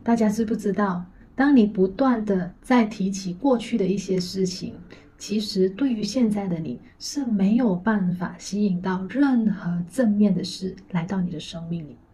大家知不知道，当你不断的在提起过去的一些事情，其实对于现在的你是没有办法吸引到任何正面的事来到你的生命里。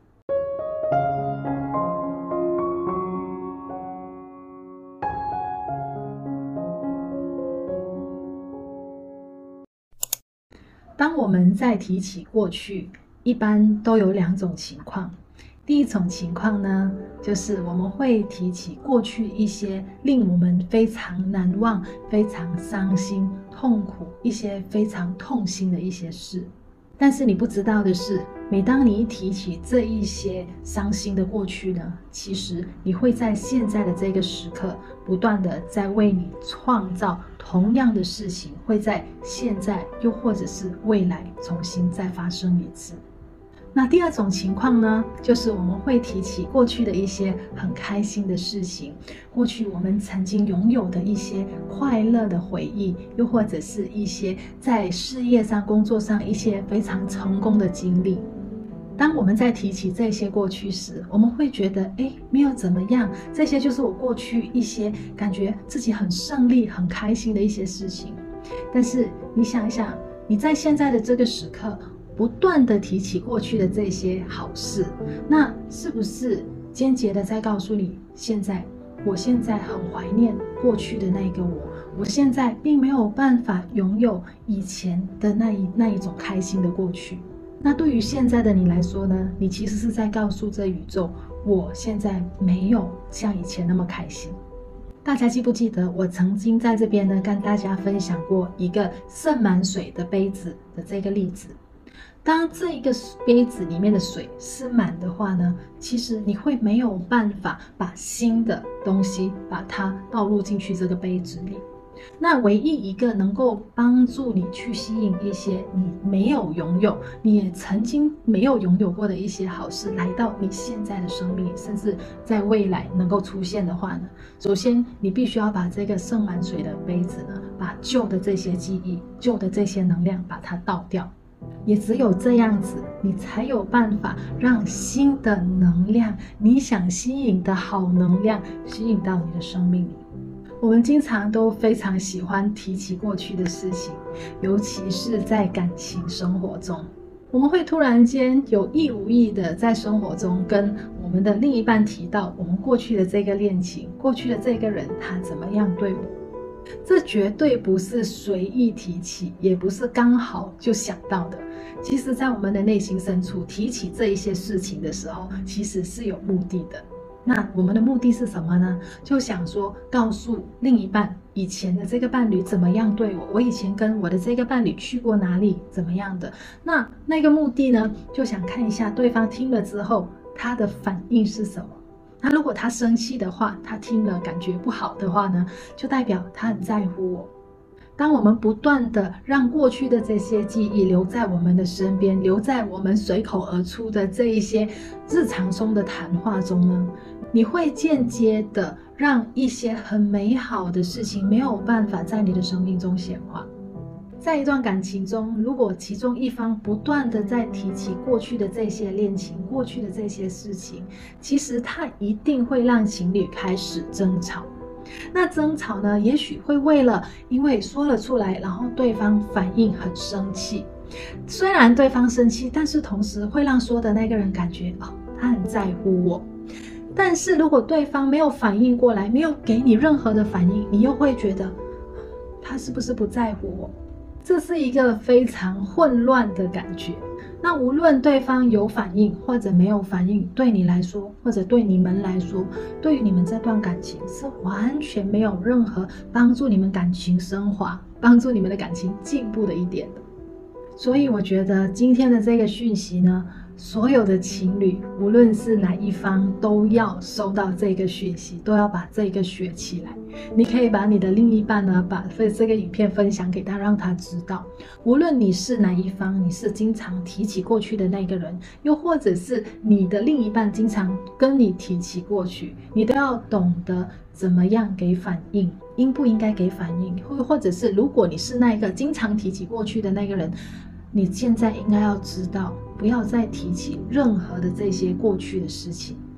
当我们在提起过去，一般都有两种情况。第一种情况呢，就是我们会提起过去一些令我们非常难忘、非常伤心、痛苦、一些非常痛心的一些事。但是你不知道的是，每当你一提起这一些伤心的过去呢，其实你会在现在的这个时刻，不断的在为你创造同样的事情，会在现在又或者是未来重新再发生一次。那第二种情况呢，就是我们会提起过去的一些很开心的事情，过去我们曾经拥有的一些快乐的回忆，又或者是一些在事业上、工作上一些非常成功的经历。当我们在提起这些过去时，我们会觉得没有怎么样，这些就是我过去一些感觉自己很胜利、很开心的一些事情。但是你想一想，你在现在的这个时刻不断的提起过去的这些好事，那是不是间接的在告诉你，我现在很怀念过去的那个我现在并没有办法拥有以前的那一种开心的过去。那对于现在的你来说呢，你其实是在告诉这宇宙，我现在没有像以前那么开心。大家记不记得我曾经在这边呢跟大家分享过一个盛满水的杯子的这个例子。当这一个杯子里面的水是满的话呢，其实你会没有办法把新的东西把它倒入进去这个杯子里。那唯一一个能够帮助你去吸引一些你没有拥有，你也曾经没有拥有过的一些好事来到你现在的生命里，甚至在未来能够出现的话呢，首先你必须要把这个盛满水的杯子呢，把旧的这些记忆、旧的这些能量把它倒掉。也只有这样子，你才有办法让新的能量，你想吸引的好能量吸引到你的生命里。我们经常都非常喜欢提起过去的事情，尤其是在感情生活中，我们会突然间有意无意的在生活中跟我们的另一半提到我们过去的这个恋情，过去的这个人他怎么样对我。这绝对不是随意提起，也不是刚好就想到的。其实在我们的内心深处提起这一些事情的时候，其实是有目的的。那我们的目的是什么呢？就想说告诉另一半以前的这个伴侣怎么样对我，我以前跟我的这个伴侣去过哪里怎么样的。那个目的呢，就想看一下对方听了之后他的反应是什么。那如果他生气的话，他听了感觉不好的话呢，就代表他很在乎我。当我们不断的让过去的这些记忆留在我们的身边，留在我们随口而出的这一些日常中的谈话中呢，你会间接的让一些很美好的事情没有办法在你的生命中显化。在一段感情中，如果其中一方不断的在提起过去的这些恋情，过去的这些事情，其实它一定会让情侣开始争吵。那争吵呢，也许会因为说了出来，然后对方反应很生气。虽然对方生气，但是同时会让说的那个人感觉他很在乎我。但是如果对方没有反应过来，没有给你任何的反应，你又会觉得他是不是不在乎我？这是一个非常混乱的感觉。那无论对方有反应或者没有反应，对你来说或者对你们来说，对于你们这段感情是完全没有任何帮助你们感情升华、帮助你们的感情进步的一点的。所以我觉得今天的这个讯息呢，所有的情侣无论是哪一方都要收到这个讯息，都要把这个学起来。你可以把你的另一半呢，把这个影片分享给他，让他知道，无论你是哪一方，你是经常提起过去的那个人，又或者是你的另一半经常跟你提起过去，你都要懂得怎么样给反应，应不应该给反应，或者是如果你是那个经常提起过去的那个人，你现在应该要知道，不要再提起任何的这些过去的事情。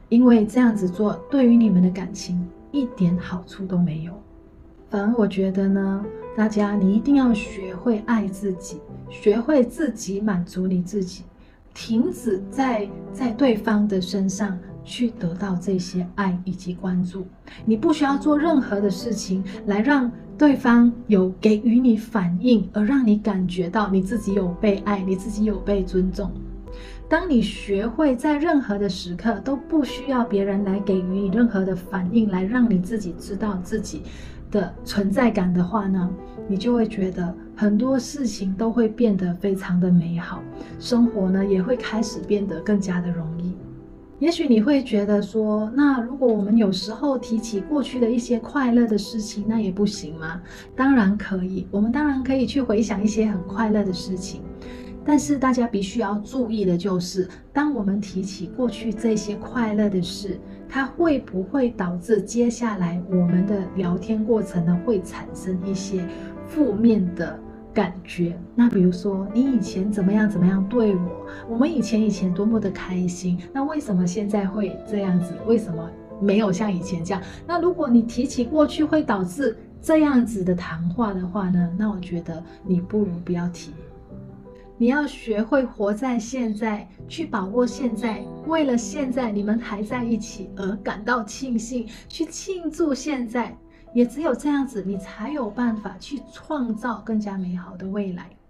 因为这样子做对于你们的感情一点好处都没有。反而我觉得呢，大家你一定要学会爱自己，学会自己满足你自己，停止在对方的身上去得到这些爱以及关注。你不需要做任何的事情来让对方有给予你反应，而让你感觉到你自己有被爱，你自己有被尊重。当你学会在任何的时刻都不需要别人来给予你任何的反应，来让你自己知道自己的存在感的话呢，你就会觉得很多事情都会变得非常的美好，生活呢也会开始变得更加的容易。也许你会觉得说，那如果我们有时候提起过去的一些快乐的事情，那也不行吗？当然可以，我们当然可以去回想一些很快乐的事情。但是大家必须要注意的就是，当我们提起过去这些快乐的事，它会不会导致接下来我们的聊天过程呢会产生一些负面的感觉？那比如说你以前怎么样对我们以前多么的开心，那为什么现在会这样子？为什么没有像以前这样？那如果你提起过去会导致这样子的谈话的话呢，那我觉得你不如不要提。你要学会活在现在，去把握现在，为了现在你们还在一起而感到庆幸，去庆祝现在。也只有这样子，你才有办法去创造更加美好的未来。